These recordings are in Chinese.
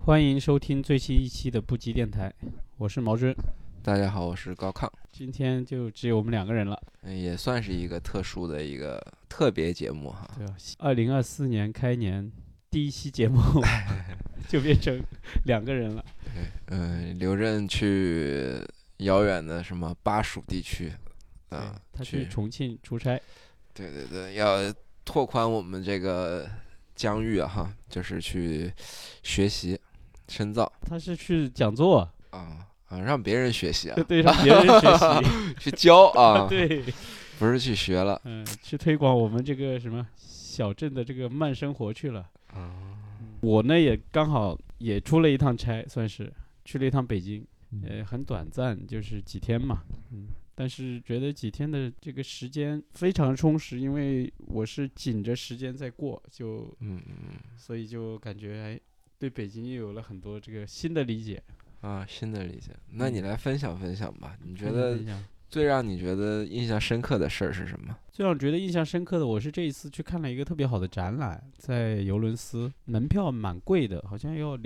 欢迎收听最新一期的不羁电台，我是毛军。 大家好，我是高亢。 今天就只有我们两个人了， 也算是一个特殊的一个特别节目哈。 对啊，2024年开年第一期节目就变成两个人了。 对，刘震去遥远的什么巴蜀地区啊， 他去重庆出差。 对，要拓宽我们这个疆域哈，就是去学习深造。 他是去讲座让别人学习啊， 对，让别人学习， 去教啊， 对， 不是去学了， 去推广我们这个什么小镇的这个慢生活去了。我呢也刚好也出了一趟差，算是去了一趟北京，很短暂，就是几天嘛，但是觉得几天的这个时间非常充实，因为我是紧着时间在过，所以就感觉对北京又有了很多这个新的理解。 新的理解。那你来分享分享吧，你觉得最让你觉得印象深刻的事儿是什么？ 最让我觉得印象深刻的，我是这一次去看了一个特别好的展览，在尤伦斯，门票蛮贵的，好像要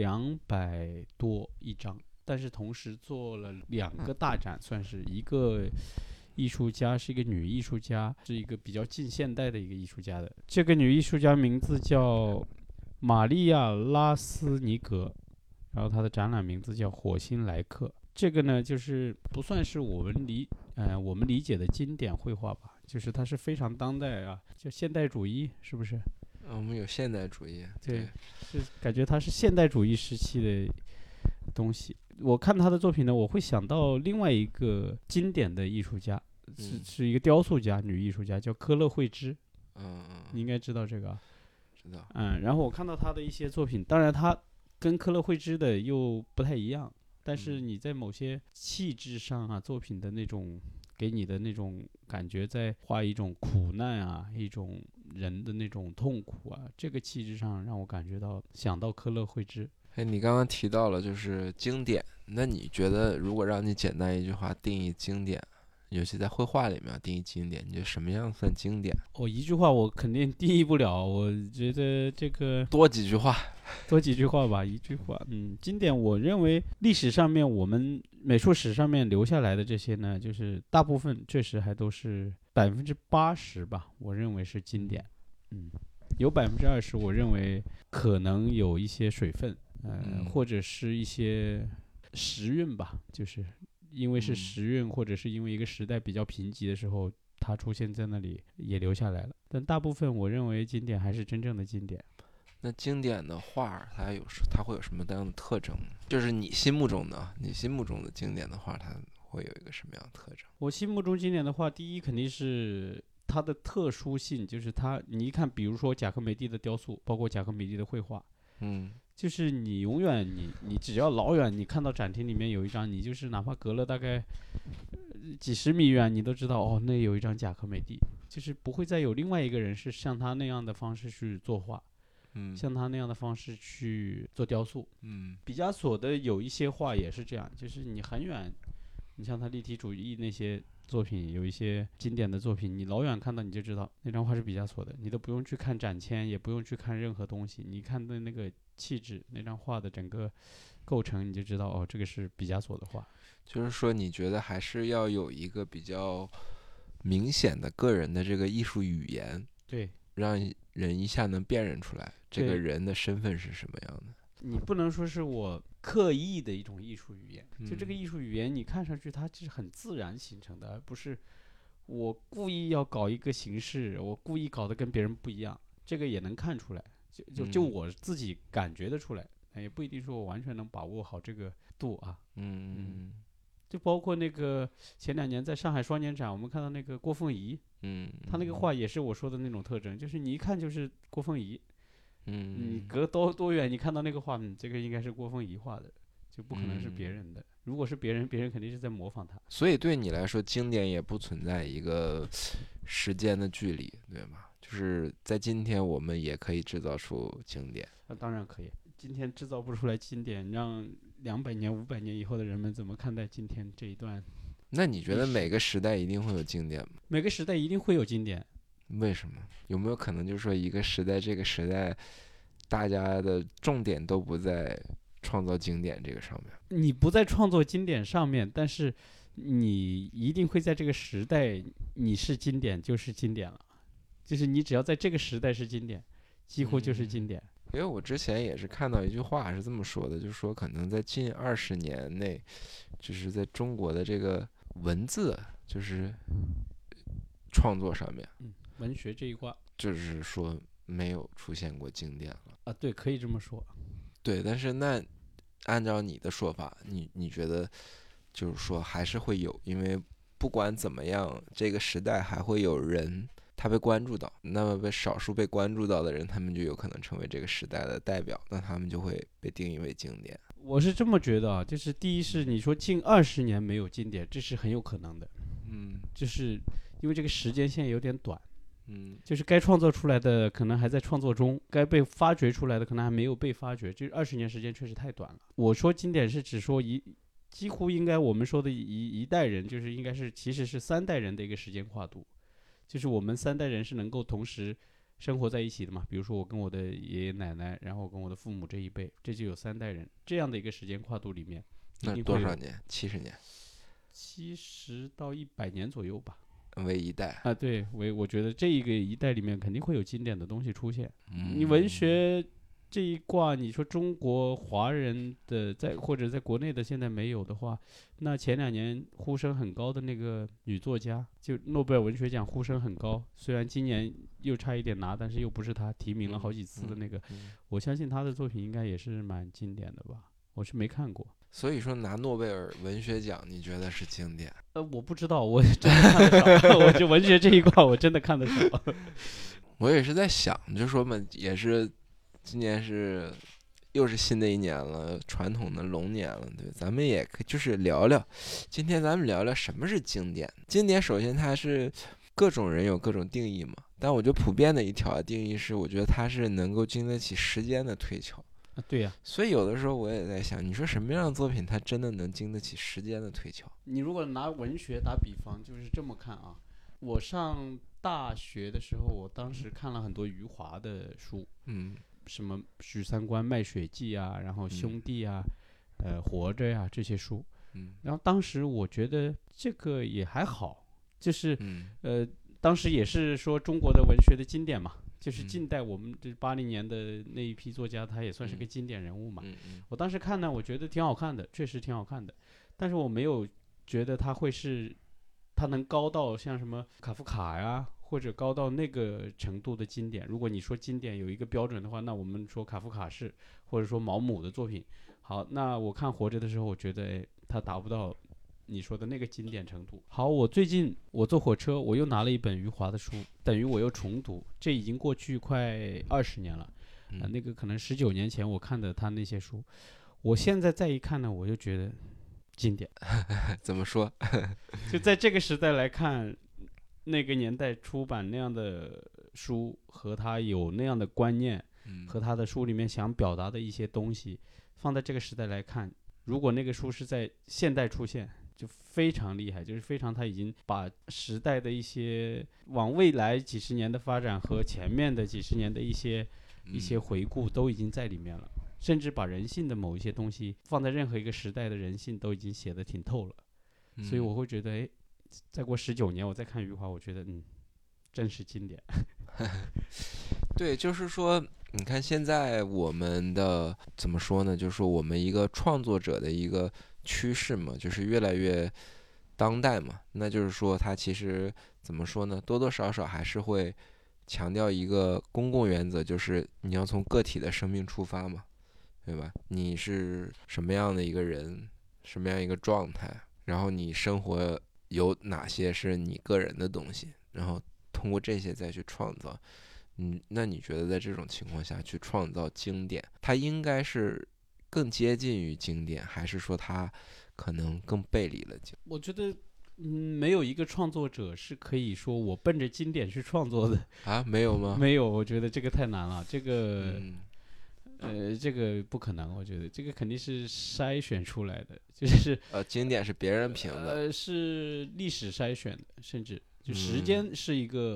200多一张，但是同时做了2个大展，算是一个艺术家是一个女艺术家，是一个比较近现代的一个艺术家的。这个女艺术家名字叫玛利亚·拉斯尼格，然后她的展览名字叫火星来客。这个呢，就是不算是我们理解的经典绘画吧，就是它是非常当代啊，就现代主义，是不是？ 我们有现代主义， 对，是感觉它是现代主义时期的东西。我看他的作品呢，我会想到另外一个经典的艺术家，是一个雕塑家，女艺术家，叫科勒惠芝。你应该知道这个。 知道。 然后我看到他的一些作品，当然他跟科勒惠芝的又不太一样，但是你在某些气质上啊，作品的那种给你的那种感觉，在画一种苦难啊，一种人的那种痛苦啊，这个气质上让我感觉到想到科勒惠芝。 你刚刚提到了就是经典，那你觉得如果让你简单一句话定义经典，尤其在绘画里面定义经典，你觉得什么样算经典？ 一句话我肯定定义不了，我觉得这个多几句话吧，一句话。经典，我认为历史上面我们美术史上面留下来的这些呢，就是大部分确实还都是80%吧，我认为是经典。有20%我认为可能有一些水分，或者是一些时运吧，就是因为是时运，或者是因为一个时代比较贫瘠的时候，它出现在那里也留下来了。但大部分我认为经典还是真正的经典。 那经典的画它会有什么样的特征？就是你心目中的经典的画，它会有一个什么样的特征？ 我心目中经典的画，第一肯定是它的特殊性，就是你一看，比如说贾科梅蒂的雕塑，包括贾科梅蒂的绘画，就是你永远你只要老远你看到展厅里面有一张，你就是哪怕隔了大概几十米远，你都知道那有一张贾科梅蒂，就是不会再有另外一个人是像他那样的方式去作画，像他那样的方式去做雕塑。毕加索的有一些画也是这样，就是你很远，你像他立体主义那些作品，有一些经典的作品，你老远看到你就知道那张画是毕加索的，你都不用去看展签，也不用去看任何东西，你看的那个气质，那张画的整个构成，你就知道这个是毕加索的画。 就是说你觉得还是要有一个比较明显的个人的这个艺术语言， 对， 让人一下能辨认出来这个人的身份是什么样的。 你不能说是我刻意的一种艺术语言，就这个艺术语言你看上去它是很自然形成的，而不是我故意要搞一个形式，我故意搞得跟别人不一样，这个也能看出来，就我自己感觉得出来，也不一定说我完全能把握好这个度啊。就包括那个前2年在上海双年展，我们看到那个郭凤仪，他那个画也是我说的那种特征，就是你一看就是郭凤仪。你隔多远，你看到那个画，这个应该是郭凤仪画的，就不可能是别人的。如果是别人肯定是在模仿他。 所以对你来说，经典也不存在一个时间的距离，对吗？就是在今天，我们也可以制造出经典。 当然可以。今天制造不出来经典，让200年、500年以后的人们怎么看待今天这一段？ 那你觉得每个时代一定会有经典吗？ 每个时代一定会有经典。 为什么？有没有可能就是说一个时代，这个时代大家的重点都不在创造经典这个上面？ 你不在创作经典上面，但是你一定会在这个时代，你是经典就是经典了，就是你只要在这个时代是经典，几乎就是经典。 因为我之前也是看到一句话是这么说的，就是说可能在近20年内，就是在中国的这个文字就是创作上面， 文学这一块就是说没有出现过经典了啊，对，可以这么说。 对，但是那按照你的说法，你觉得就是说还是会有，因为不管怎么样，这个时代还会有人他被关注到，那么被少数被关注到的人，他们就有可能成为这个时代的代表，那他们就会被定义为经典。 我是这么觉得啊，就是第一是你说近20年没有经典，这是很有可能的，就是因为这个时间线有点短，就是该创作出来的可能还在创作中，该被发掘出来的可能还没有被发掘，这20年时间确实太短了。我说经典是指说几乎应该我们说的一代人，就是应该是其实是3代人的一个时间跨度。就是我们3代人是能够同时生活在一起的嘛，比如说我跟我的爷爷奶奶，然后跟我的父母这一辈，这就有3代人这样的一个时间跨度里面， 那多少年？70年 ？70到100年左右吧。 为一代啊，对，我觉得这一代里面肯定会有经典的东西出现。你文学这一卦，你说中国华人的或者在国内的现在没有的话，那前2年呼声很高的那个女作家，就诺贝尔文学奖呼声很高，虽然今年又差一点拿，但是又不是她提名了好几次的那个，我相信她的作品应该也是蛮经典的吧。我是没看过。 所以说拿诺贝尔文学奖，你觉得是经典？ 我不知道，我真的看得少。我就文学这一块，我真的看得少。 我也是在想，就说嘛，也是今年又是新的一年了，传统的龙年了，对，咱们也可以就是聊聊，今天咱们聊聊什么是经典。经典首先它是各种人有各种定义嘛，但我觉得普遍的一条定义是，我觉得它是能够经得起时间的推敲。 对呀， 所以有的时候我也在想，你说什么样的作品它真的能经得起时间的推敲？ 你如果拿文学打比方，就是这么看啊。我上大学的时候，我当时看了很多余华的书，什么《许三观卖血记》啊，然后《兄弟》啊，活着呀这些书，然后当时我觉得这个也还好，就是当时也是说中国的文学的经典嘛。就是近代我们这80年的那一批作家，他也算是个经典人物嘛。我当时看呢，我觉得挺好看的，确实挺好看的，但是我没有觉得他能高到像什么卡夫卡呀，或者高到那个程度的经典。如果你说经典有一个标准的话，那我们说卡夫卡是，或者说毛姆的作品。好，那我看活着的时候，我觉得他达不到你说的那个经典程度。好，我最近我坐火车，我又拿了一本余华的书，等于我又重读，这已经过去快20年了。那个可能19年前我看的他那些书，我现在再一看呢，我就觉得经典。 怎么说？ 就在这个时代来看，那个年代出版那样的书，和他有那样的观念，和他的书里面想表达的一些东西，放在这个时代来看，如果那个书是在现代出现，就非常厉害，就是非常他已经把时代的一些往未来几十年的发展和前面的几十年的一些回顾都已经在里面了，甚至把人性的某一些东西放在任何一个时代的人性都已经写得挺透了。所以我会觉得再过19年我再看余华，我觉得真是经典。 对，就是说你看现在我们的怎么说呢，就是说我们一个创作者的一个趋势嘛，就是越来越当代嘛，那就是说它其实怎么说呢，多多少少还是会强调一个公共原则，就是你要从个体的生命出发嘛，对吧？你是什么样的一个人，什么样一个状态，然后你生活有哪些是你个人的东西，然后通过这些再去创造。那你觉得在这种情况下去创造经典，它应该是更接近于经典，还是说它可能更背离了经典？ 我觉得没有一个创作者是可以说我奔着经典去创作的啊，没有吗？ 没有，我觉得这个太难了，这个这个不可能，我觉得这个肯定是筛选出来的，就是经典是别人评的， 是历史筛选的，甚至就时间是一个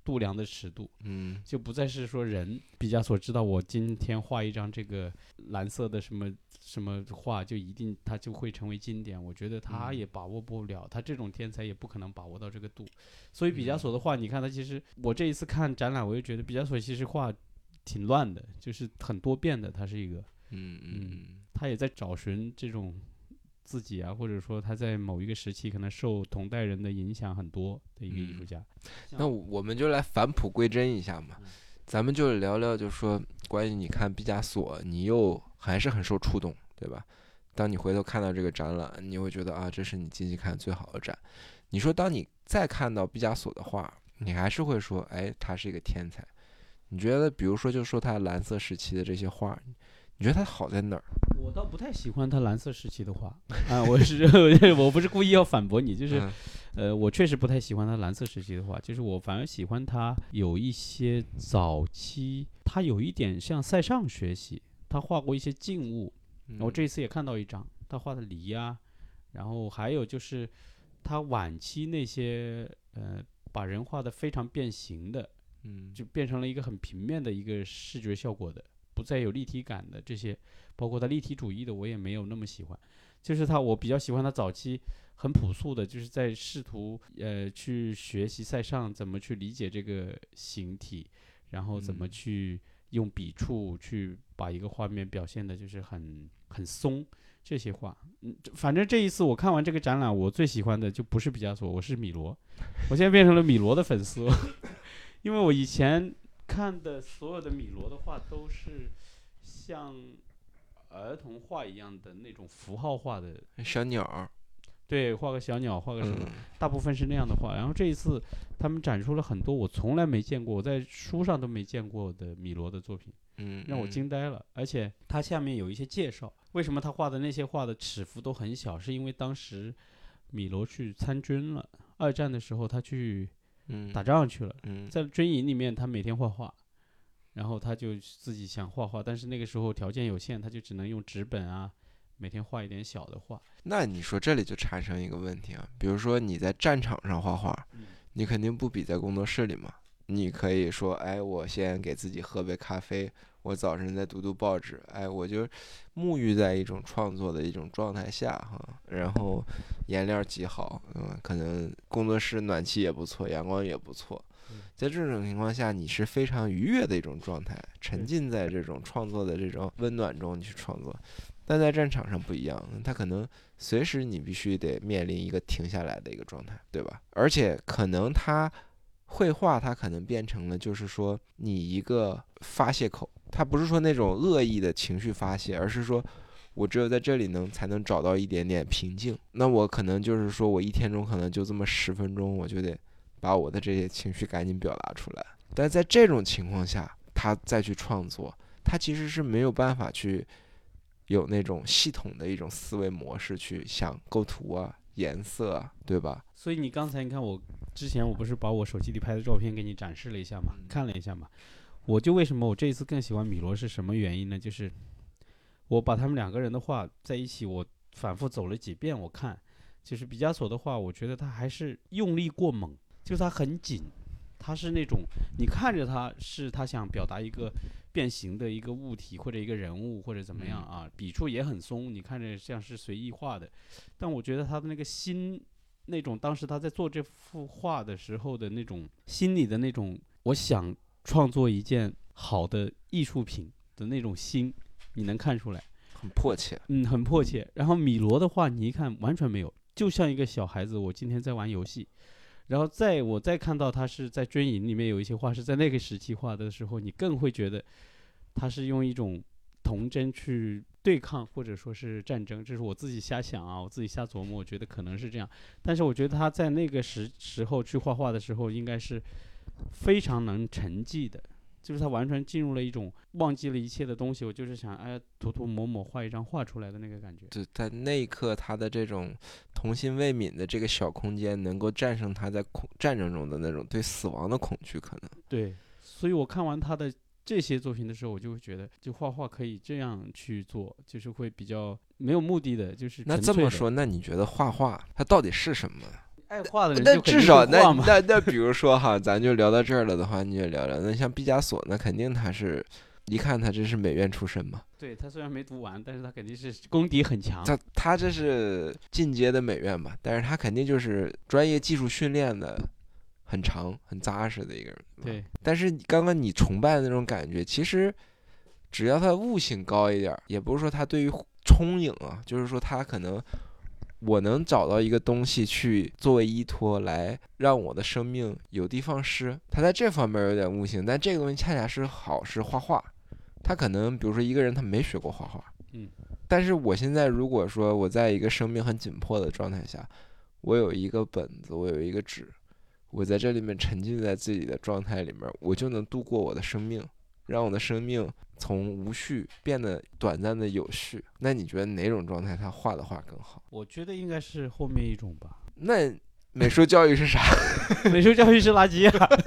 度量的尺度，就不再是说人。毕加索知道我今天画一张这个蓝色的什么什么画，就一定它就会成为经典。我觉得他也把握不了，他这种天才也不可能把握到这个度。所以毕加索的画，你看他其实我这一次看展览，我就觉得毕加索其实画挺乱的，就是很多变的，他是一个，他也在找寻这种自己啊，或者说他在某一个时期可能受同代人的影响很多的一个艺术家。 那我们就来返璞归真一下嘛，咱们就聊聊，就说关于你看毕加索，你又还是很受触动，对吧？当你回头看到这个展览，你会觉得啊，这是你近期看最好的展。你说当你再看到毕加索的画，你还是会说，哎，他是一个天才。你觉得，比如说，就说他蓝色时期的这些画，你觉得他好在哪儿？ 我倒不太喜欢他蓝色时期的画啊，我不是故意要反驳你，就是我确实不太喜欢他蓝色时期的画，就是我反而喜欢他有一些早期，他有一点向塞尚学习，他画过一些静物，我这一次也看到一张他画的梨啊，然后还有就是他晚期那些把人画的非常变形的，就变成了一个很平面的一个视觉效果的，不再有立体感的这些，包括他立体主义的我也没有那么喜欢，就是我比较喜欢他早期很朴素的，就是在试图去学习塞尚怎么去理解这个形体，然后怎么去用笔触去把一个画面表现的就是很松，这些画。反正这一次我看完这个展览，我最喜欢的就不是毕加索，我是米罗，我现在变成了米罗的粉丝因为我以前看的所有的米罗的画都是像儿童画一样的那种符号化的小鸟， 对，画个小鸟，画个什么，大部分是那样的画。然后这一次他们展出了很多我从来没见过，我在书上都没见过的米罗的作品，让我惊呆了。而且它下面有一些介绍，为什么他画的那些画的尺幅都很小，是因为当时米罗去参军了，二战的时候他去打仗去了，在军营里面他每天画画，然后他就自己想画画，但是那个时候条件有限，他就只能用纸本啊，每天画一点小的画。 那你说这里就产生一个问题啊，比如说你在战场上画画，你肯定不比在工作室里嘛。你可以说，哎，我先给自己喝杯咖啡，我早晨再读报纸，哎，我就沐浴在一种创作的一种状态下哈，然后颜料极好，可能工作室暖气也不错，阳光也不错。在这种情况下，你是非常愉悦的一种状态，沉浸在这种创作的这种温暖中，你去创作。但在战场上不一样，它可能随时你必须得面临一个停下来的一个状态，对吧？而且可能它绘画，它可能变成了就是说你一个发泄口，它不是说那种恶意的情绪发泄，而是说我只有在这里才能找到一点点平静。那我可能就是说我一天中可能就这么10分钟，我就得把我的这些情绪赶紧表达出来。但在这种情况下，他再去创作，他其实是没有办法去有那种系统的一种思维模式去想构图啊、颜色啊，对吧？ 所以你刚才你看我之前我不是把我手机里拍的照片给你展示了一下嘛，看了一下嘛，我就为什么我这一次更喜欢米罗是什么原因呢？就是我把他们两个人的画在一起，我反复走了几遍，我看就是毕加索的画，我觉得他还是用力过猛，就是他很紧，他是那种你看着他是他想表达一个变形的一个物体或者一个人物或者怎么样啊，笔触也很松，你看着像是随意画的，但我觉得他的那个心，那种当时他在做这幅画的时候的那种心里的那种，我想创作一件好的艺术品的那种心，你能看出来， 很迫切， 很迫切。然后米罗的话，你一看完全没有，就像一个小孩子，我今天在玩游戏。然后我再看到他是在军营里面有一些画是在那个时期画的时候，你更会觉得他是用一种童真去对抗或者说是战争，这是我自己瞎想啊，我自己瞎琢磨，我觉得可能是这样。但是我觉得他在那个时候去画画的时候，应该是非常能沉寂的，就是他完全进入了一种忘记了一切的东西，我就是想涂涂抹抹画一张画出来的那个感觉。 就在那一刻，他的这种童心未泯的这个小空间，能够战胜他在战争中的那种对死亡的恐惧，可能。 对，所以我看完他的这些作品的时候，我就会觉得，就画画可以这样去做，就是会比较没有目的的，就是那这么说，那你觉得画画它到底是什么？ 爱画的人那就肯定至少会画嘛。 那比如说哈，咱就聊到这儿了的话，你就聊聊。那像毕加索，那肯定他是，一看他这是美院出身嘛。 对，他虽然没读完，但是他肯定是功底很强。 他这是进阶的美院吧，但是他肯定就是专业技术训练的很长、很扎实的一个人。 对。 但是刚刚你崇拜的那种感觉，其实只要他悟性高一点，也不是说他对于充盈啊，就是说他可能。我能找到一个东西去作为依托，来让我的生命有的放矢。他在这方面有点悟性，但这个东西恰恰是画画。他可能比如说一个人他没学过画画，但是我现在如果说我在一个生命很紧迫的状态下，我有一个本子，我有一个纸，我在这里面沉浸在自己的状态里面，我就能度过我的生命，让我的生命从无序变得短暂的有序。那你觉得哪种状态他画的画更好？ 我觉得应该是后面一种吧。 那美术教育是啥？ 美术教育是垃圾啊。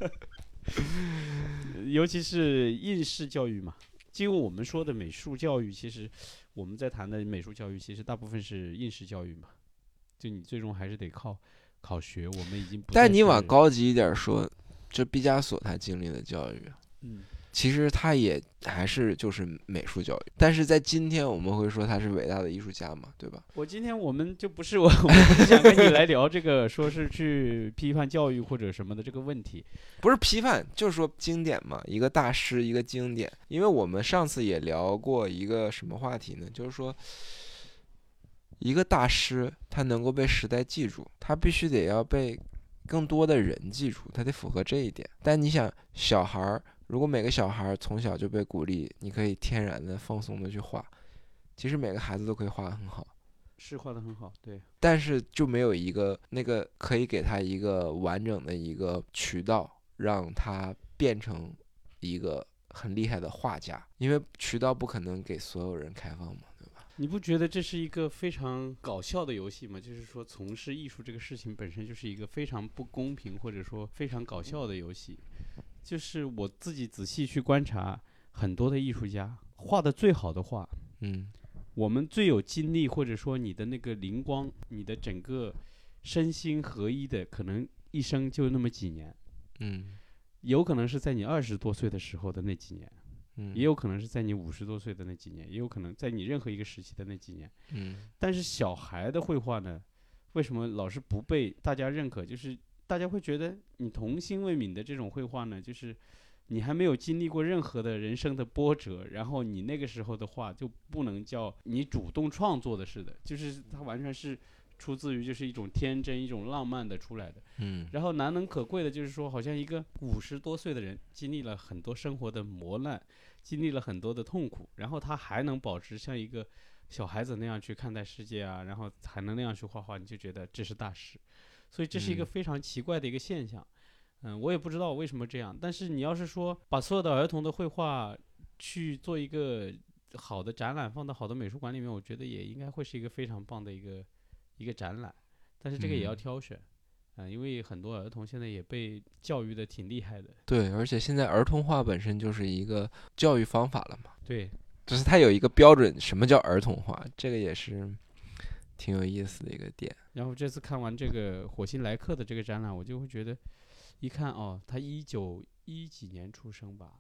尤其是应试教育嘛。就我们说的美术教育，其实我们在谈的美术教育，其实大部分是应试教育嘛。就你最终还是得靠考学。我们已经不。 但你往高级一点说，这毕加索他经历的教育，其实他也还是就是美术教育，但是在今天我们会说他是伟大的艺术家嘛，对吧？ 今天我们就不是我不是想跟你来聊这个，说是去批判教育或者什么的这个问题， 不是批判，就是说经典嘛，一个大师，一个经典。因为我们上次也聊过一个什么话题呢？就是说，一个大师他能够被时代记住，他必须得要被更多的人记住，他得符合这一点。但你想，小孩儿。如果每个小孩从小就被鼓励，你可以天然的放松的去画，其实每个孩子都可以画得很好， 是画得很好，对。 但是就没有一个那个可以给他一个完整的一个渠道，让他变成一个很厉害的画家，因为渠道不可能给所有人开放嘛，对吧？ 你不觉得这是一个非常搞笑的游戏吗？就是说，从事艺术这个事情本身就是一个非常不公平，或者说非常搞笑的游戏。就是我自己仔细去观察，很多的艺术家画的最好的画，我们最有精力，或者说你的那个灵光，你的整个身心合一的，可能一生就那么几年，有可能是在你20多岁的时候的那几年，也有可能是在你50多岁的那几年，也有可能在你任何一个时期的那几年，但是小孩的绘画呢，为什么老是不被大家认可？就是大家会觉得你童心未泯的这种绘画呢，就是你还没有经历过任何的人生的波折，然后你那个时候的画就不能叫你主动创作的似的，就是它完全是出自于就是一种天真、一种浪漫的出来的。然后难能可贵的就是说，好像一个50多岁的人经历了很多生活的磨难，经历了很多的痛苦，然后他还能保持像一个小孩子那样去看待世界啊，然后还能那样去画画，你就觉得这是大师。所以这是一个非常奇怪的一个现象。我也不知道为什么这样，但是你要是说把所有的儿童的绘画去做一个好的展览，放到好的美术馆里面，我觉得也应该会是一个非常棒的一个展览。但是这个也要挑选，因为很多儿童现在也被教育的挺厉害的。 对，而且现在儿童画本身就是一个教育方法了嘛。 对， 就是它有一个标准，什么叫儿童画，这个也是挺有意思的一个点。 然后这次看完这个火星来客的这个展览，我就会觉得，一看哦，他1910几年出生吧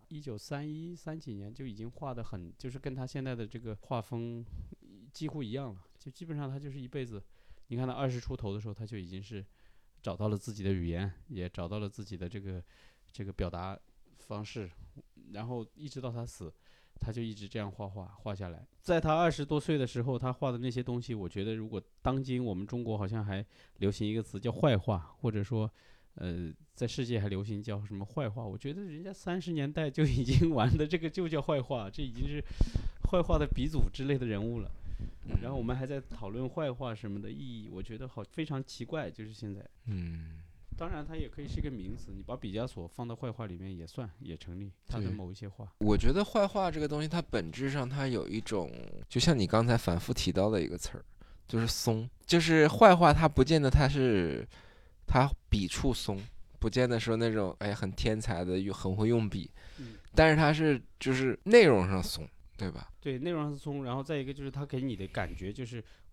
，1931几年就已经画得很，就是跟他现在的这个画风几乎一样了，就基本上他就是一辈子。你看他20出头的时候，他就已经是找到了自己的语言，也找到了自己的这个表达方式，然后一直到他死，他就一直这样画下来。在他20多岁的时候，他画的那些东西，我觉得如果当今我们中国好像还流行一个词叫坏画，或者说在世界还流行叫什么坏画，我觉得人家30年代就已经玩的这个就叫坏画，这已经是坏画的鼻祖之类的人物了。然后我们还在讨论坏画什么的意义，我觉得非常奇怪，就是现在。当然它也可以是一个名词，你把毕加索放到坏画里面也成立，他的某一些画。 我觉得坏画这个东西，它本质上它有一种，就像你刚才反复提到的一个词儿，就是松。就是坏画它不见得它笔触松，不见得说那种很天才的很会用笔，但是它是就是内容上松，对吧？ 对，内容上松，然后再一个就是它给你的感觉就是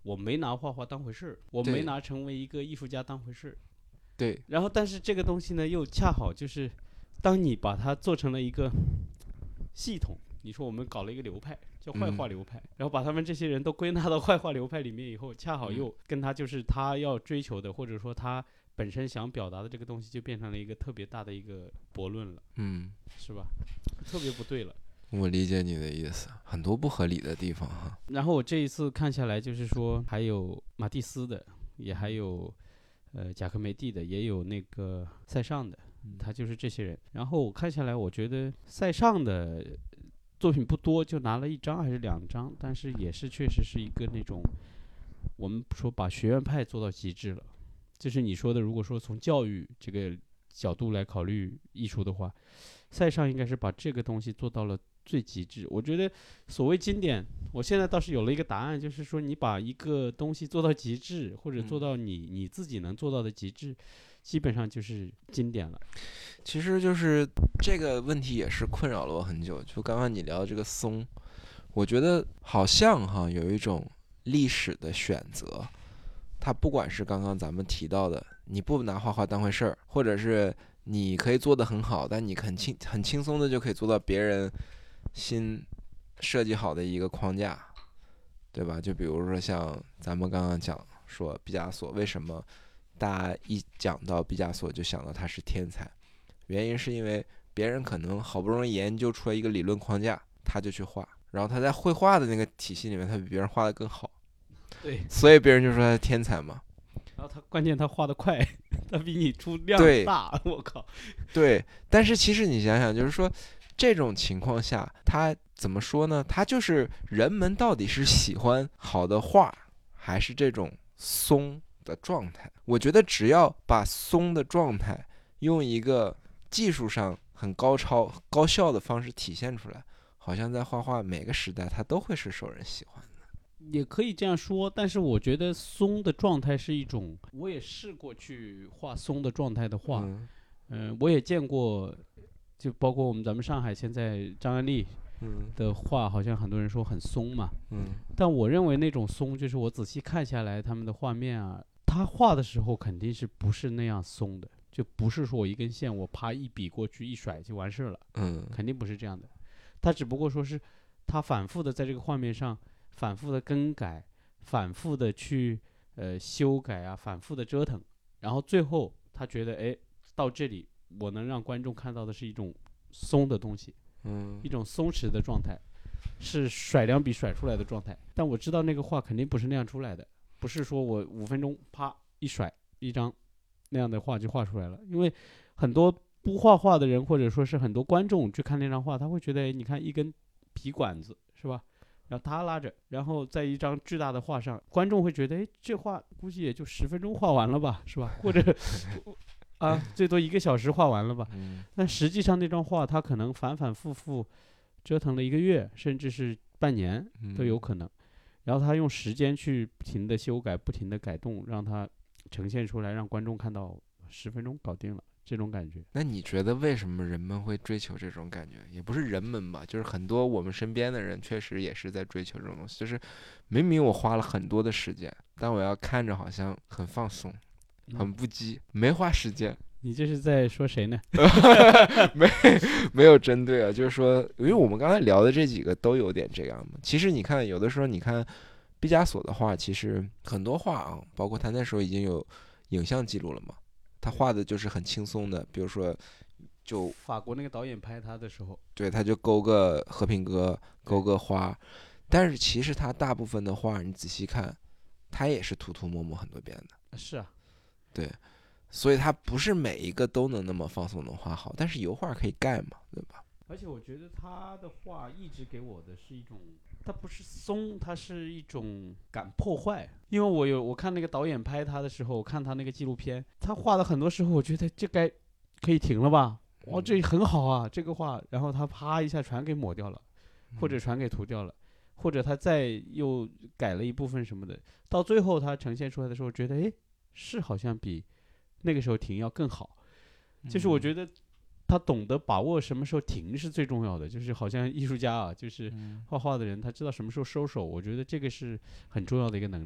我没拿画画当回事儿，我没拿成为一个艺术家当回事儿。 对。 然后，但是这个东西呢，又恰好就是，当你把它做成了一个系统，你说我们搞了一个流派叫坏画流派，然后把他们这些人都归纳到坏画流派里面以后，恰好又跟他就是他要追求的，或者说他本身想表达的这个东西，就变成了一个特别大的一个悖论了，是吧？特别不对了。 我理解你的意思，很多不合理的地方哈。 然后我这一次看下来，就是说还有马蒂斯的，也还有贾科梅蒂的，也有那个塞尚的，他就是这些人。然后我看下来，我觉得塞尚的作品不多，就拿了1张还是2张，但是也是确实是一个那种我们说把学院派做到极致了。就是你说的，如果说从教育这个角度来考虑艺术的话，塞尚应该是把这个东西做到了最极致。我觉得所谓经典，我现在倒是有了一个答案，就是说你把一个东西做到极致，或者做到你自己能做到的极致，基本上就是经典了。 其实就是这个问题也是困扰了我很久。就刚刚你聊这个松，我觉得好像哈有一种历史的选择，它不管是刚刚咱们提到的，你不拿画画当回事儿，或者是你可以做得很好，但你很轻松的就可以做到别人新设计好的一个框架，对吧？就比如说像咱们刚刚讲说毕加索，为什么大家一讲到毕加索就想到他是天才？原因是因为别人可能好不容易研究出来一个理论框架，他就去画，然后他在绘画的那个体系里面，他比别人画得更好， 对， 所以别人就说他是天才嘛。 然后关键他画得快，他比你出量大，我靠。 对，但是其实你想想，就是说这种情况下，他怎么说呢？他就是人们到底是喜欢好的画，还是这种松的状态？我觉得只要把松的状态用一个技术上很高效的方式体现出来，好像在画画每个时代它都会是受人喜欢的。 也可以这样说，但是我觉得松的状态是一种，我也试过去画松的状态的画，我也见过，就包括咱们上海现在张安丽的画，好像很多人说很松嘛，但我认为那种松，就是我仔细看下来他们的画面啊，他画的时候肯定是不是那样松的，就不是说我一根线我啪一笔过去一甩就完事了，肯定不是这样的，他只不过说是他反复的在这个画面上反复的更改，反复的去修改啊，反复的折腾，然后最后他觉得哎，到这里我能让观众看到的是一种松的东西，一种松弛的状态，是甩2笔甩出来的状态。但我知道那个画肯定不是那样出来的，不是说我5分钟啪一甩一张那样的画就画出来了。因为很多不画画的人，或者说是很多观众去看那张画，他会觉得你看一根皮管子是吧，然后他拉着，然后在一张巨大的画上，观众会觉得，哎，这画估计也就10分钟画完了吧，是吧？或者啊，最多1个小时画完了吧？但实际上那张画，他可能反反复复折腾了1个月，甚至是半年都有可能。然后他用时间去不停的修改，不停的改动，让它呈现出来，让观众看到10分钟搞定了。这种感觉。 那你觉得为什么人们会追求这种感觉？也不是人们吧，就是很多我们身边的人确实也是在追求这种东西。就是明明我花了很多的时间，但我要看着好像很放松，很不羁，没花时间。 你这是在说谁呢？ 没有针对啊，就是说，因为我们刚才聊的这几个都有点这样嘛。其实你看，有的时候你看毕加索的画，其实很多画啊，包括他那时候已经有影像记录了嘛。他画的就是很轻松的，比如说，就法国那个导演拍他的时候， 对，他就勾个和平鸽，勾个花，但是其实他大部分的画，你仔细看，他也是涂涂抹抹很多遍的。 是啊， 对，所以他不是每一个都能那么放松的画好，但是油画可以盖嘛，对吧？ 而且我觉得他的画一直给我的是一种，它不是松，它是一种敢破坏。因为我看那个导演拍他的时候，我看他那个纪录片，他画的很多时候，我觉得这该可以停了吧？哇，这很好啊，这个画，然后他啪一下全给抹掉了，或者全给涂掉了，或者他再又改了一部分什么的，到最后他呈现出来的时候，觉得哎，是好像比那个时候停要更好。就是我觉得他懂得把握什么时候停是最重要的，就是好像艺术家啊，就是画画的人，他知道什么时候收手，我觉得这个是很重要的一个能力。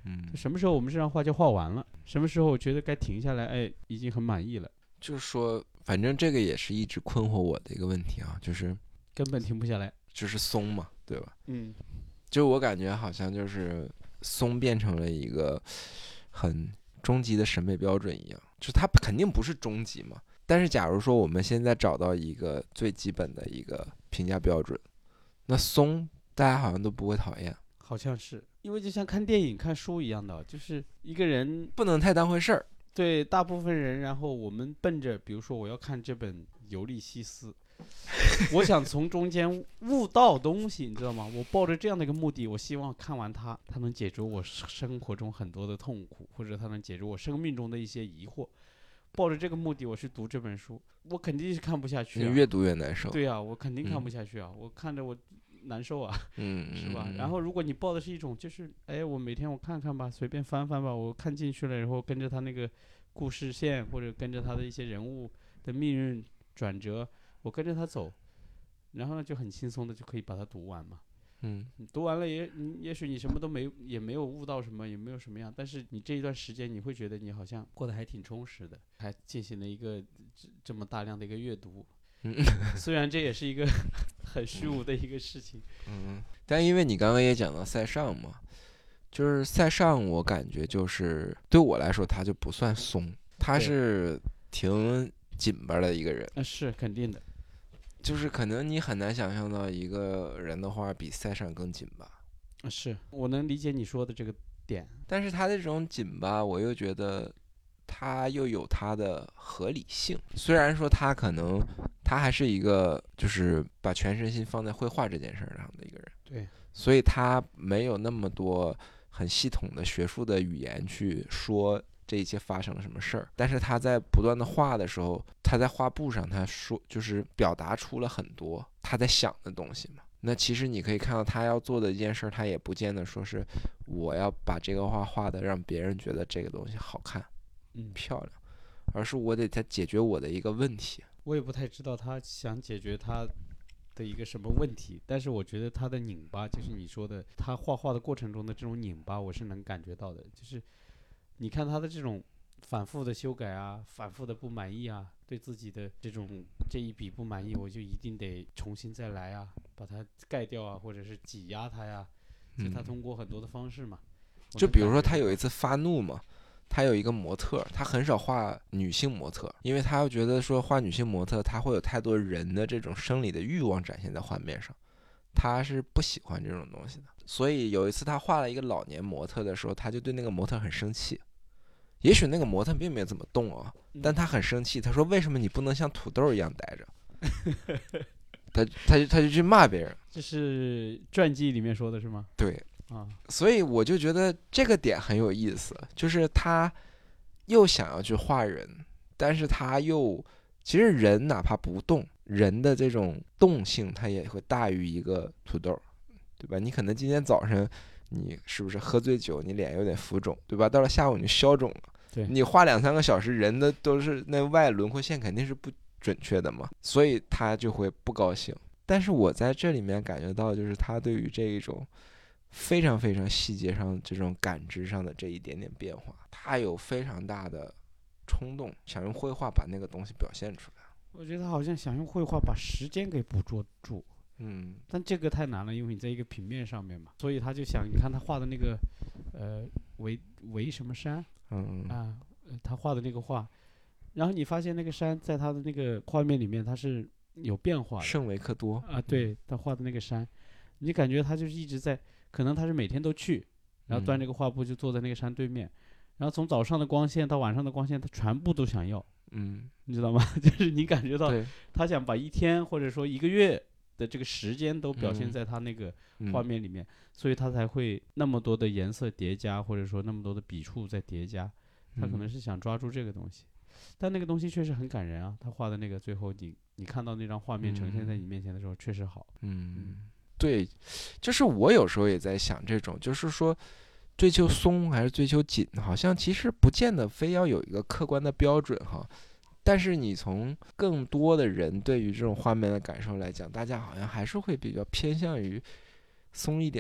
什么时候我们这张画就画完了，什么时候我觉得该停下来，哎，已经很满意了。 就是说，反正这个也是一直困惑我的一个问题啊，就是根本停不下来， 就是松嘛，对吧？就我感觉好像就是松变成了一个很终极的审美标准一样，就它肯定不是终极嘛。但是假如说我们现在找到一个最基本的一个评价标准，那松大家好像都不会讨厌。 好像是，因为就像看电影看书一样的，就是一个人不能太当回事儿。 对大部分人，然后我们奔着比如说我要看这本《尤利西斯》我想从中间悟到东西，你知道吗？我抱着这样的一个目的，我希望看完它能解决我生活中很多的痛苦，或者它能解决我生命中的一些疑惑。抱着这个目的我去读这本书，我肯定是看不下去你越读越难受。 对啊，我肯定看不下去啊，我看着我难受啊，是吧？然后如果你抱的是一种就是我每天我看看吧，随便翻翻吧，我看进去了，然后跟着他那个故事线，或者跟着他的一些人物的命运转折，我跟着他走，然后呢就很轻松的就可以把它读完嘛。读完了也许你什么都也没有悟到什么，也没有什么样，但是你这一段时间你会觉得你好像过得还挺充实的，还进行了一个这么大量的一个阅读。虽然这也是一个很虚无的一个事情。 但因为你刚刚也讲到塞尚嘛，就是塞尚我感觉就是对我来说他就不算松，他是挺紧巴的一个人。 是肯定的， 就是可能你很难想象到一个人的话比塞尚更紧巴。 是我能理解你说的这个点， 但是他的这种紧巴我又觉得他又有他的合理性。虽然说他可能他还是一个就是把全身心放在绘画这件事上的一个人， 对， 所以他没有那么多很系统的学术的语言去说这一切发生了什么事儿，但是他在不断的画的时候，他在画布上他说就是表达出了很多他在想的东西嘛。那其实你可以看到他要做的一件事，他也不见得说是我要把这个画画的让别人觉得这个东西好看漂亮，而是我得在解决我的一个问题。 我也不太知道他想解决他的一个什么问题，但是我觉得他的拧巴，就是你说的他画画的过程中的这种拧巴，我是能感觉到的。就是你看他的这种反复的修改啊，反复的不满意啊，对自己的这一笔不满意，我就一定得重新再来啊，把它盖掉啊，或者是挤压它呀。就他通过很多的方式嘛。 就比如说他有一次发怒嘛，他有一个模特，他很少画女性模特，因为他觉得说画女性模特他会有太多人的这种生理的欲望展现在画面上，他是不喜欢这种东西的。所以有一次他画了一个老年模特的时候，他就对那个模特很生气。也许那个模特并没有怎么动啊，但他很生气，他说为什么你不能像土豆一样待着他就去骂别人。 这是传记里面说的是吗？ 对所以我就觉得这个点很有意思，就是他又想要去画人，但是他又其实人哪怕不动，人的这种动性它也会大于一个土豆，对吧？你可能今天早上你是不是喝醉酒，你脸有点浮肿，对吧？到了下午你消肿了， 对， 你画2-3个小时，人的都是那外轮廓线肯定是不准确的嘛，所以他就会不高兴。但是我在这里面感觉到，就是他对于这一种非常非常细节上这种感知上的这一点点变化，他有非常大的冲动，想用绘画把那个东西表现出来。 我觉得他好像想用绘画把时间给捕捉住，但这个太难了，因为你在一个平面上面嘛，所以他就想，你看他画的那个维什么山，他画的那个画，然后你发现那个山在他的那个画面里面它是有变化的， 圣维克多啊，对，他画的那个山，你感觉他就是一直在，可能他是每天都去，然后端这个画布就坐在那个山对面，然后从早上的光线到晚上的光线，他全部都想要，你知道吗？就是你感觉到他想把一天或者说一个月的这个时间都表现在他那个画面里面，所以他才会那么多的颜色叠加，或者说那么多的笔触在叠加，他可能是想抓住这个东西。但那个东西确实很感人啊，他画的那个最后你看到那张画面呈现在你面前的时候确实好。 对，就是我有时候也在想这种，就是说追求松还是追求紧，好像其实不见得非要有一个客观的标准哈。但是你从更多的人对于这种画面的感受来讲，大家好像还是会比较偏向于松一点的，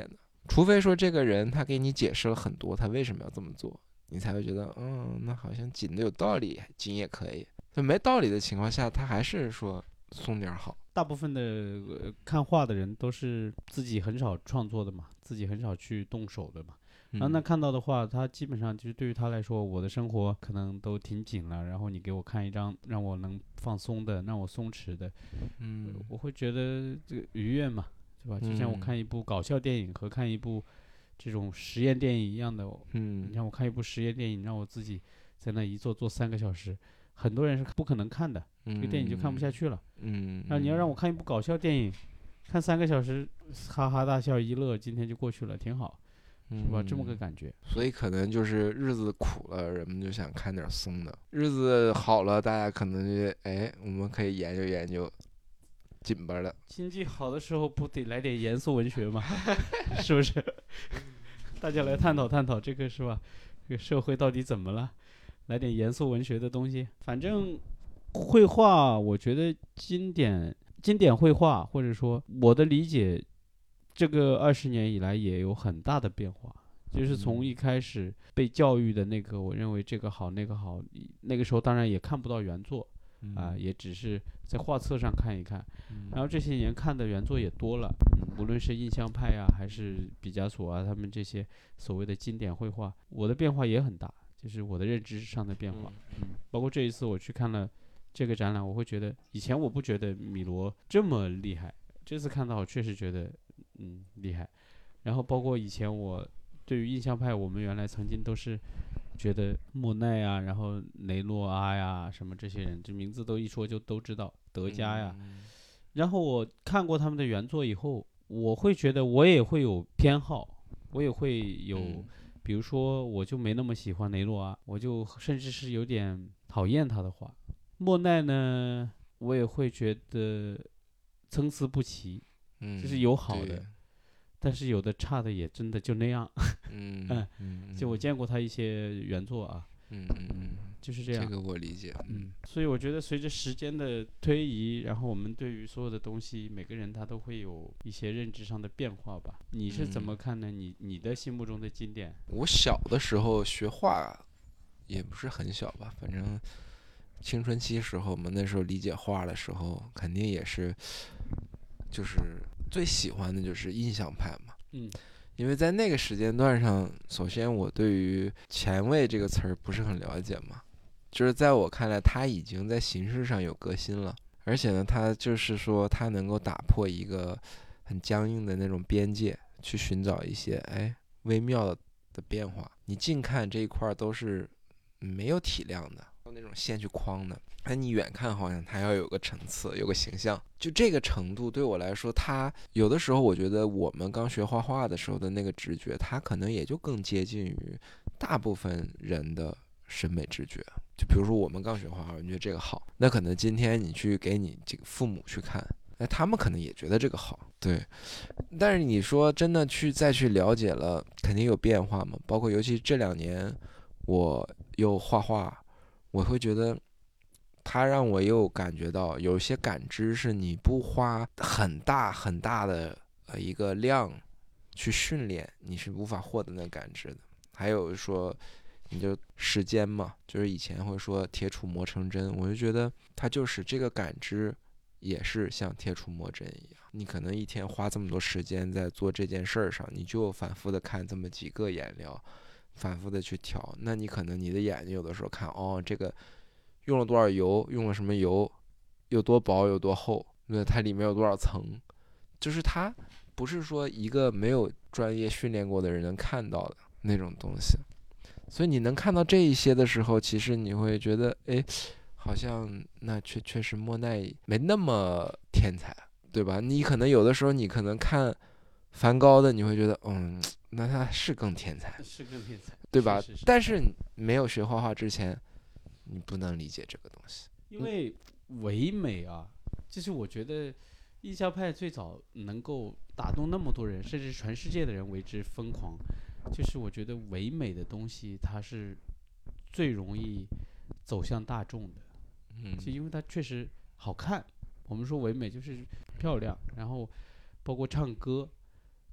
除非说这个人他给你解释了很多他为什么要这么做，你才会觉得那好像紧的有道理，紧也可以。就没道理的情况下，他还是说松点好。 大部分的看画的人都是自己很少创作的嘛，自己很少去动手的嘛。然后那看到的话，他基本上就是对于他来说，我的生活可能都挺紧了，然后你给我看一张让我能放松的，让我松弛的，我会觉得这个愉悦嘛，对吧？就像我看一部搞笑电影和看一部这种实验电影一样的，你让我看一部实验电影，让我自己在那一坐3个小时，很多人是不可能看的，这个电影就看不下去了。那你要让我看一部搞笑电影，看3个小时，哈哈大笑一乐，今天就过去了，挺好，是吧？这么个感觉。 所以可能就是日子苦了，人们就想看点松的；日子好了，大家可能就我们可以研究研究紧巴的。 经济好的时候不得来点严肃文学吗？是不是？大家来探讨探讨这个是吧？这个社会到底怎么了？来点严肃文学的东西。反正绘画，我觉得经典绘画，或者说我的理解，这个20年以来也有很大的变化。就是从一开始被教育的那个，我认为这个好那个好，那个时候当然也看不到原作，也只是在画册上看一看。然后这些年看的原作也多了，无论是印象派啊，还是毕加索啊，他们这些所谓的经典绘画，我的变化也很大，就是我的认知上的变化。包括这一次我去看了这个展览，我会觉得以前我不觉得米罗这么厉害，这次看到我确实觉得厉害。然后包括以前我对于印象派，我们原来曾经都是觉得莫奈啊，然后雷诺阿呀，什么这些人，这名字都一说就都知道，德加呀。然后我看过他们的原作以后，我会觉得我也会有偏好，我也会有，比如说我就没那么喜欢雷诺阿，我就甚至是有点讨厌他的画。莫奈呢，我也会觉得参差不齐，就是有好的。但是有的差的也真的就那样，就我见过他一些原作啊，就是这样。 这个我理解。 所以我觉得随着时间的推移，然后我们对于所有的东西，每个人他都会有一些认知上的变化吧。你是怎么看呢？你的心目中的经典？ 我小的时候学画，也不是很小吧，反正青春期时候嘛，那时候理解画的时候，肯定也是，就是最喜欢的就是印象派嘛。因为在那个时间段上，首先我对于前卫这个词儿不是很了解嘛，就是在我看来，他已经在形式上有革新了，而且呢，他就是说他能够打破一个很僵硬的那种边界，去寻找一些微妙的变化。你近看这一块都是没有体量的，用那种线去框的。你远看好像它要有个层次，有个形象，就这个程度对我来说，它有的时候我觉得我们刚学画画的时候的那个直觉，它可能也就更接近于大部分人的审美直觉。就比如说我们刚学画画，你觉得这个好，那可能今天你去给你这个父母去看，他们可能也觉得这个好，对。但是你说真的再去了解了，肯定有变化嘛。包括尤其这2年，我又画画，我会觉得它让我又感觉到有些感知是你不花很大很大的一个量去训练，你是无法获得那感知的。还有说你就时间嘛，就是以前会说铁杵磨成针，我就觉得它就是这个感知也是像铁杵磨针一样，你可能一天花这么多时间在做这件事儿上，你就反复的看这么几个颜料，反复的去调，那你可能你的眼睛有的时候看这个用了多少油，用了什么油，有多薄有多厚，那它里面有多少层，就是它不是说一个没有专业训练过的人能看到的那种东西。所以你能看到这一些的时候，其实你会觉得好像那确实莫奈没那么天才，对吧？你可能有的时候你可能看梵高的，你会觉得那他是更天才，对吧？但是没有学画画之前，你不能理解这个东西。 因为唯美啊，就是我觉得印象派最早能够打动那么多人，甚至全世界的人为之疯狂，就是我觉得唯美的东西它是最容易走向大众的，就因为它确实好看。我们说唯美就是漂亮，然后包括唱歌，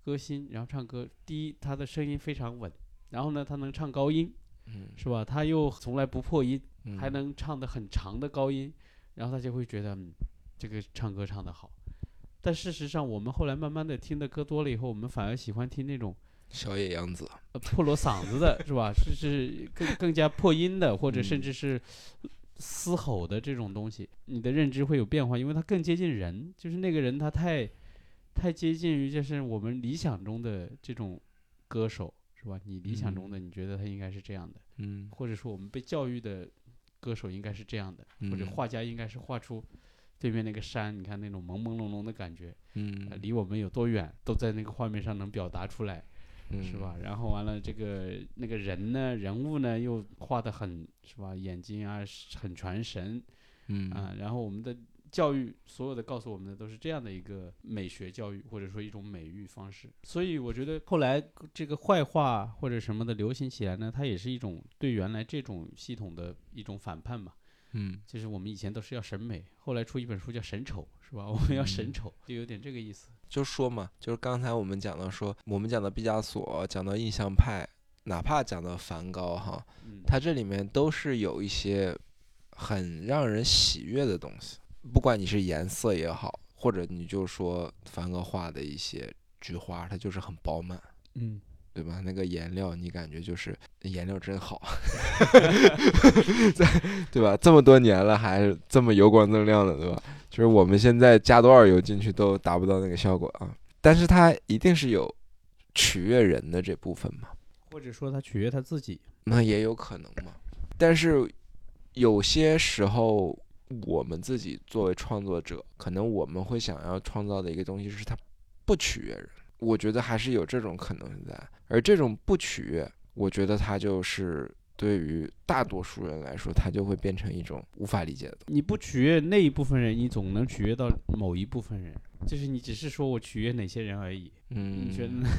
歌星，然后唱歌，第一他的声音非常稳，然后呢他能唱高音，是吧？他又从来不破音，还能唱得很长的高音，然后他就会觉得，这个唱歌唱得好。但事实上，我们后来慢慢的听的歌多了以后，我们反而喜欢听那种小野洋子， 破锣嗓子的，是吧？是更加破音的，或者甚至是嘶吼的这种东西，你的认知会有变化，因为它更接近人，就是那个人他太接近于就是我们理想中的这种歌手，是吧？你理想中的你觉得他应该是这样的，或者说我们被教育的歌手应该是这样的，或者画家应该是画出对面那个山，你看那种朦朦胧胧的感觉，离我们有多远，都在那个画面上能表达出来，是吧？然后完了，那个人物呢，又画得很，是吧？眼睛啊，很传神，然后我们的教育所有的告诉我们的都是这样的一个美学教育，或者说一种美育方式。所以我觉得后来这个坏话或者什么的流行起来呢，它也是一种对原来这种系统的一种反叛嘛。就是我们以前都是要审美，后来出一本书叫审丑，是吧？我们要审丑，就有点这个意思。 就说嘛，就是刚才我们讲到说，我们讲到毕加索，讲到印象派，哪怕讲到梵高哈，它这里面都是有一些很让人喜悦的东西，不管你是颜色也好，或者你就说梵高画的一些菊花，它就是很饱满，对吧？那个颜料你感觉就是颜料真好，对吧？这么多年了还是这么油光锃亮的，对吧？就是我们现在加多少油进去都达不到那个效果啊。但是它一定是有取悦人的这部分嘛， 或者说他取悦他自己， 那也有可能嘛。但是有些时候我们自己作为创作者，可能我们会想要创造的一个东西是它不取悦人，我觉得还是有这种可能在。而这种不取悦，我觉得它就是对于大多数人来说，它就会变成一种无法理解的东西。 你不取悦那一部分人，你总能取悦到某一部分人，就是你只是说我取悦哪些人而已。你觉得呢？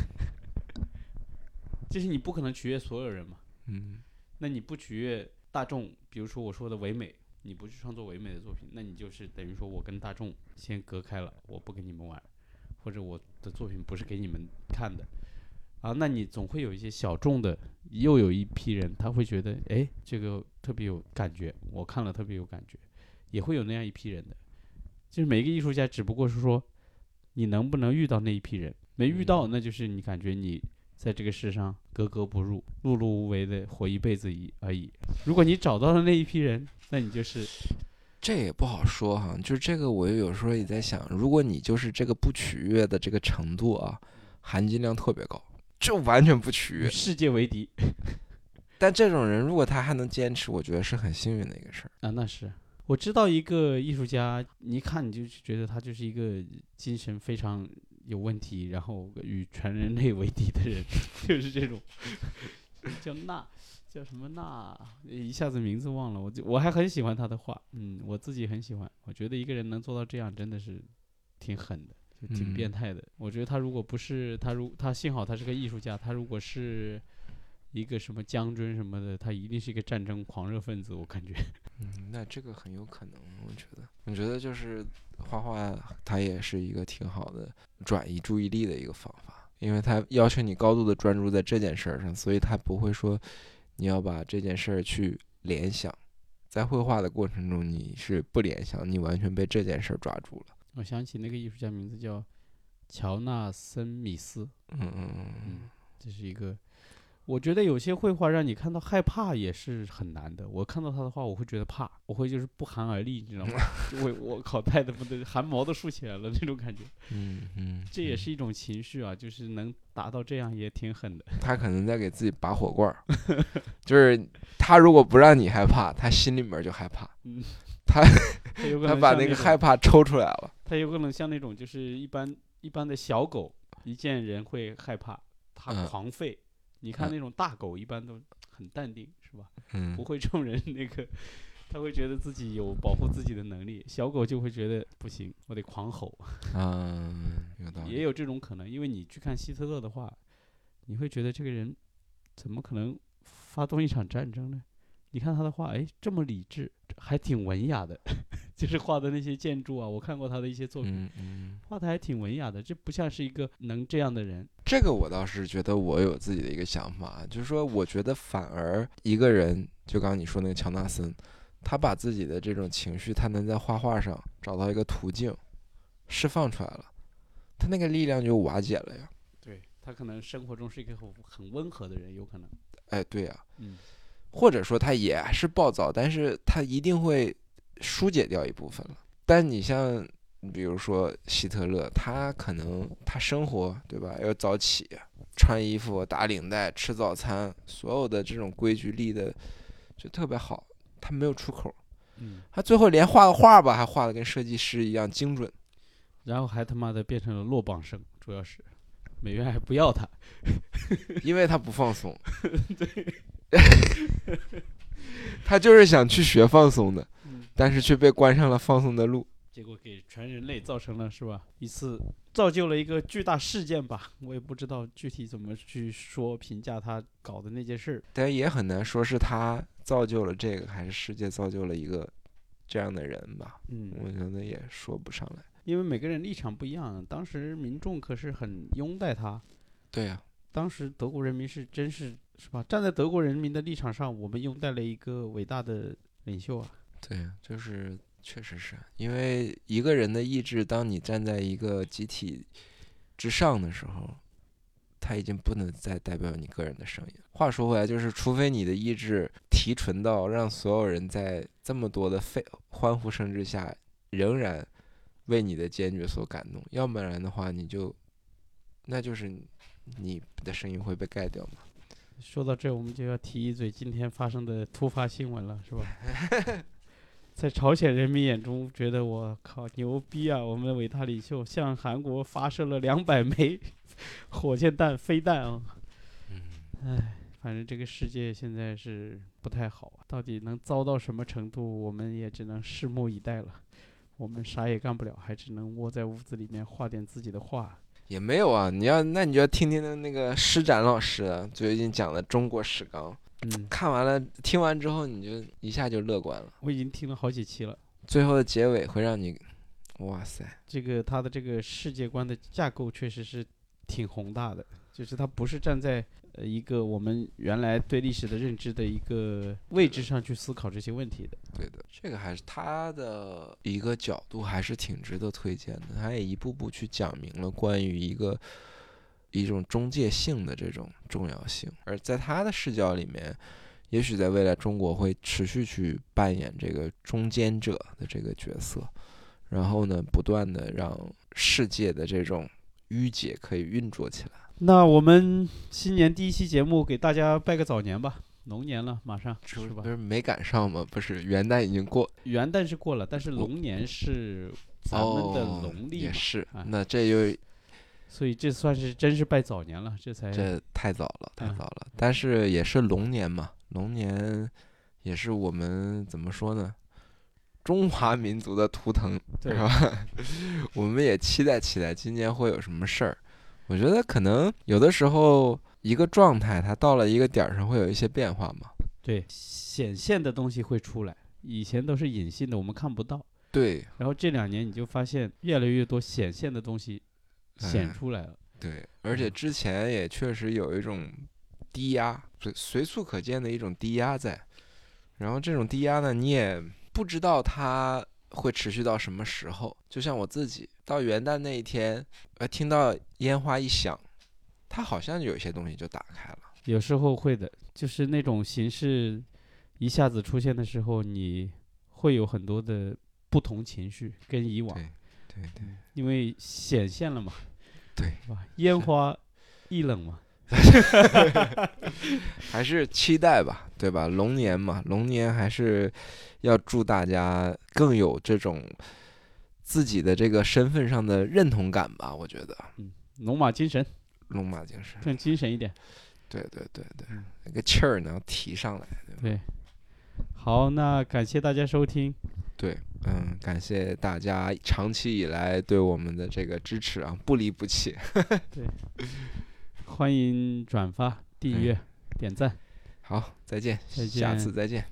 就是你不可能取悦所有人嘛。那你不取悦大众，比如说我说的唯美，你不去创作唯美的作品，那你就是等于说我跟大众先隔开了，我不跟你们玩，或者我的作品不是给你们看的。那你总会有一些小众的，又有一批人，他会觉得，哎，这个特别有感觉，我看了特别有感觉，也会有那样一批人的。就是每一个艺术家，只不过是说，你能不能遇到那一批人，没遇到，那就是你感觉你在这个世上格格不入，碌碌无为的活一辈子而已。如果你找到了那一批人，那你就是。 这也不好说哈，就是这个我有时候也在想，如果你就是这个不取悦的这个程度啊，含金量特别高。就完全不取悦， 与世界为敌。 但这种人如果他还能坚持，我觉得是很幸运的一个事儿啊。那是我知道一个艺术家，你一看你就觉得他就是一个精神非常有问题，然后与全人类为敌的人，就是这种叫什么纳，一下子名字忘了。我还很喜欢他的画，我自己很喜欢。我觉得一个人能做到这样，真的是挺狠的。挺变态的。我觉得他如果不是他幸好他是个艺术家，他如果是一个什么将军什么的，他一定是一个战争狂热分子，我感觉。 那这个很有可能，我觉得就是画画，它也是一个挺好的转移注意力的一个方法，因为它要求你高度的专注在这件事儿上，所以他不会说你要把这件事儿去联想，在绘画的过程中你是不联想，你完全被这件事儿抓住了。 我想起那个艺术家名字叫乔纳森·米斯。这是一个，我觉得有些绘画让你看到害怕也是很难的。我看到他的画，我会觉得怕，我会就是不寒而栗，你知道吗？我靠，太的不得，汗毛都竖起来了那种感觉。这也是一种情绪啊，就是能达到这样也挺狠的。 他可能在给自己拔火罐儿，就是他如果不让你害怕，他心里面就害怕。他把那个害怕抽出来了。 他有可能像那种就是一般的小狗，一见人会害怕，它狂吠。你看那种大狗一般都很淡定，是吧？不会冲人那个，他会觉得自己有保护自己的能力。小狗就会觉得不行，我得狂吼。 有道理。 也有这种可能，因为你去看希特勒的话，你会觉得这个人怎么可能发动一场战争呢？ 你看他的画，哎，这么理智，还挺文雅的，就是画的那些建筑啊，我看过他的一些作品，画的还挺文雅的，这不像是一个能这样的人。 这个我倒是觉得我有自己的一个想法，就是说，我觉得反而一个人，就刚刚你说那个乔纳森，他把自己的这种情绪，他能在画画上找到一个途径，释放出来了，他那个力量就瓦解了呀。 对，他可能生活中是一个很温和的人，有可能。 哎，对呀，或者说他也是暴躁，但是他一定会疏解掉一部分了。但你像比如说希特勒，他可能他生活对吧，要早起，穿衣服，打领带，吃早餐，所有的这种规矩立的就特别好，他没有出口。他最后连画个画吧，还画的跟设计师一样精准， 然后还他妈的变成了落榜生，主要是美院还不要他， 因为他不放松。 对。 他就是想去学放松的，但是却被关上了放松的路， 结果给全人类造成了是吧？一次造就了一个巨大事件吧，我也不知道具体怎么去说评价他搞的那件事， 但也很难说是他造就了这个，还是世界造就了一个这样的人吧。我觉得也说不上来， 因为每个人立场不一样。当时民众可是很拥戴他， 对呀， 当时德国人民是真是吧？站在德国人民的立场上，我们拥戴了一个伟大的领袖啊。 对，就是确实是因为一个人的意志，当你站在一个集体之上的时候，他已经不能再代表你个人的声音。话说回来，就是除非你的意志提纯到让所有人在这么多的欢呼声之下，仍然为你的坚决所感动，要不然的话，那就是你的声音会被盖掉嘛。 说到这，我们就要提一嘴今天发生的突发新闻了，是吧？在朝鲜人民眼中，觉得我靠牛逼啊！我们的伟大领袖向韩国发射了200枚火箭弹、飞弹啊！反正这个世界现在是不太好啊，到底能糟到什么程度，我们也只能拭目以待了。我们啥也干不了，还只能窝在屋子里面画点自己的画。 也没有啊，那你就要听听那个施展老师最近讲的中国史纲，看完了听完之后，你就一下就乐观了。 我已经听了好几期了， 最后的结尾会让你，哇塞， 他的这个世界观的架构确实是挺宏大的，就是他不是站在一个我们原来对历史的认知的一个位置上去思考这些问题的。 对的，这个还是他的一个角度，还是挺值得推荐的。他也一步步去讲明了关于一种中介性的这种重要性，而在他的视角里面，也许在未来中国会持续去扮演这个中间者的这个角色，然后呢，不断的让世界的这种迂解可以运作起来。 那我们新年第一期节目给大家拜个早年吧，龙年了，马上是吧？ 不是没赶上吗？不是元旦已经过， 元旦是过了，但是龙年是咱们的农历嘛， 也是。那这又， 所以这算是真是拜早年了，这太早了，太早了。但是也是龙年嘛，龙年也是我们怎么说呢？中华民族的图腾，是吧？我们也期待今年会有什么事儿。我觉得可能有的时候一个状态它到了一个点上会有一些变化嘛。 对，显现的东西会出来，以前都是隐性的，我们看不到。 对。 然后这2年你就发现越来越多显现的东西显出来了。 对，而且之前也确实有一种低压，随处可见的一种低压在。然后这种低压呢，你也不知道它会持续到什么时候。就像我自己到元旦那一天，听到烟花一响，它好像有些东西就打开了。 有时候会的，就是那种形式一下子出现的时候，你会有很多的不同情绪跟以往。 对， 因为显现了嘛。 对吧？烟花易冷嘛。 还是期待吧，对吧？龙年嘛，龙年还是要祝大家更有这种自己的这个身份上的认同感吧，我觉得。 龙马精神，更精神一点。 对，那个气儿呢要提上来，对吧？ 对。好，那感谢大家收听。 对，感谢大家长期以来对我们的这个支持啊，不离不弃。 对。欢迎转发、订阅、点赞。 好，再见， 再见， 下次再见。